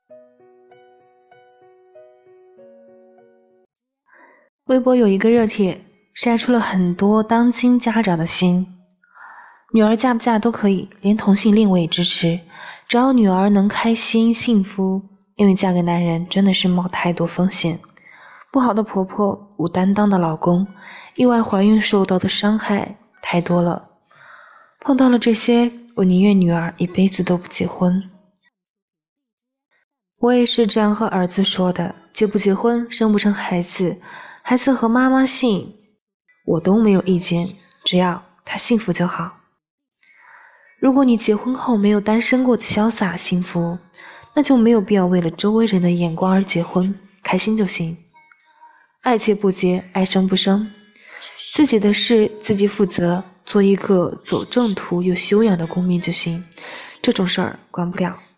微博有一个热帖，晒出了很多当今家长的心。女儿嫁不嫁都可以，连同性恋我也支持，只要女儿能开心幸福，因为嫁给男人真的是冒太多风险。不好的婆婆，无担当的老公，意外怀孕受到的伤害太多了。碰到了这些，我宁愿女儿一辈子都不结婚。我也是这样和儿子说的，结不结婚，生不成孩子，孩子和妈妈姓，我都没有意见，只要他幸福就好。如果你结婚后没有单身过的潇洒幸福，那就没有必要为了周围人的眼光而结婚，开心就行。爱结不结，爱生不生，自己的事自己负责，做一个走正途有修养的公民就行，这种事儿管不了。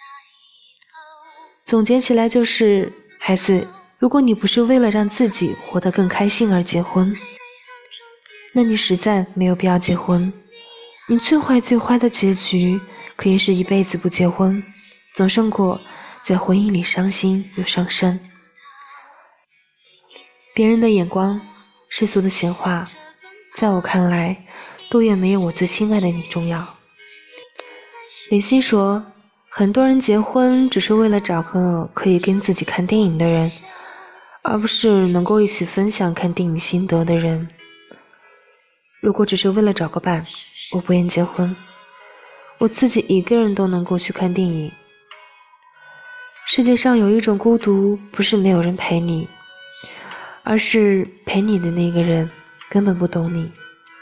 总结起来就是，孩子，如果你不是为了让自己活得更开心而结婚，那你实在没有必要结婚。你最坏最坏的结局可以是一辈子不结婚，总胜过在婚姻里伤心又伤身。别人的眼光，世俗的闲话，在我看来都远没有我最亲爱的你重要。林夕说，很多人结婚只是为了找个可以跟自己看电影的人，而不是能够一起分享看电影心得的人。如果只是为了找个伴，我不愿结婚，我自己一个人都能够去看电影。世界上有一种孤独，不是没有人陪你，而是陪你的那个人根本不懂你。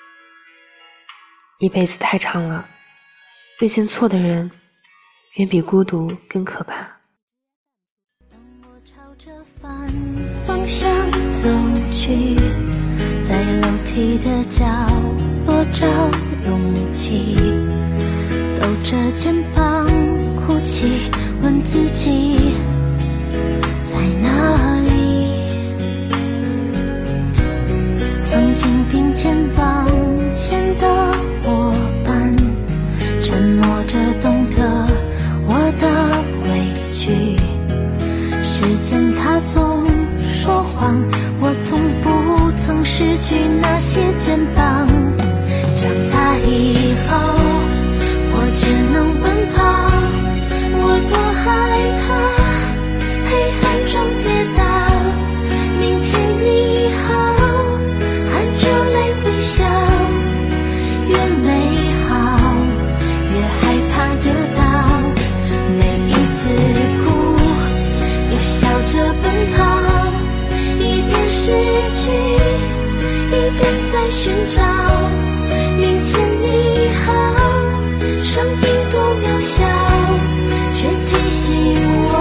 一辈子太长了，遇见错的人远比孤独更可怕。 当我朝着反方向走去，在楼梯的角落找勇气，抖着肩膀哭泣，问自己在哪里。曾经并肩往前的伙伴，沉默着懂得我的委屈。时间它总说谎，我从不曾失去那些肩膀。长大以后我只能奔跑，我多害怕黑暗中跌倒。明天你好，含着泪微笑，越美好越害怕得到。每一次哭又笑着奔跑，一边失去一边在寻找。明天你好，生命多渺小，却提醒我。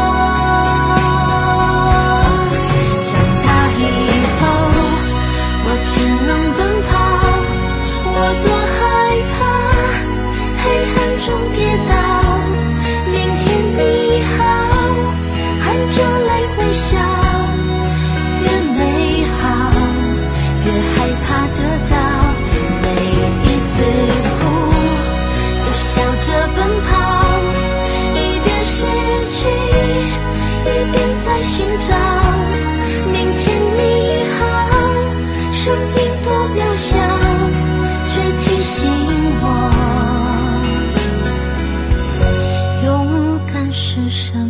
长大以后我只能奔跑，我多害怕黑暗中跌倒。明天你好，含着泪微笑，越美好越害怕得到。每一次哭又笑着奔跑，一边失去一边在寻找。明天你好，生命多渺小，却提醒我勇敢是什么。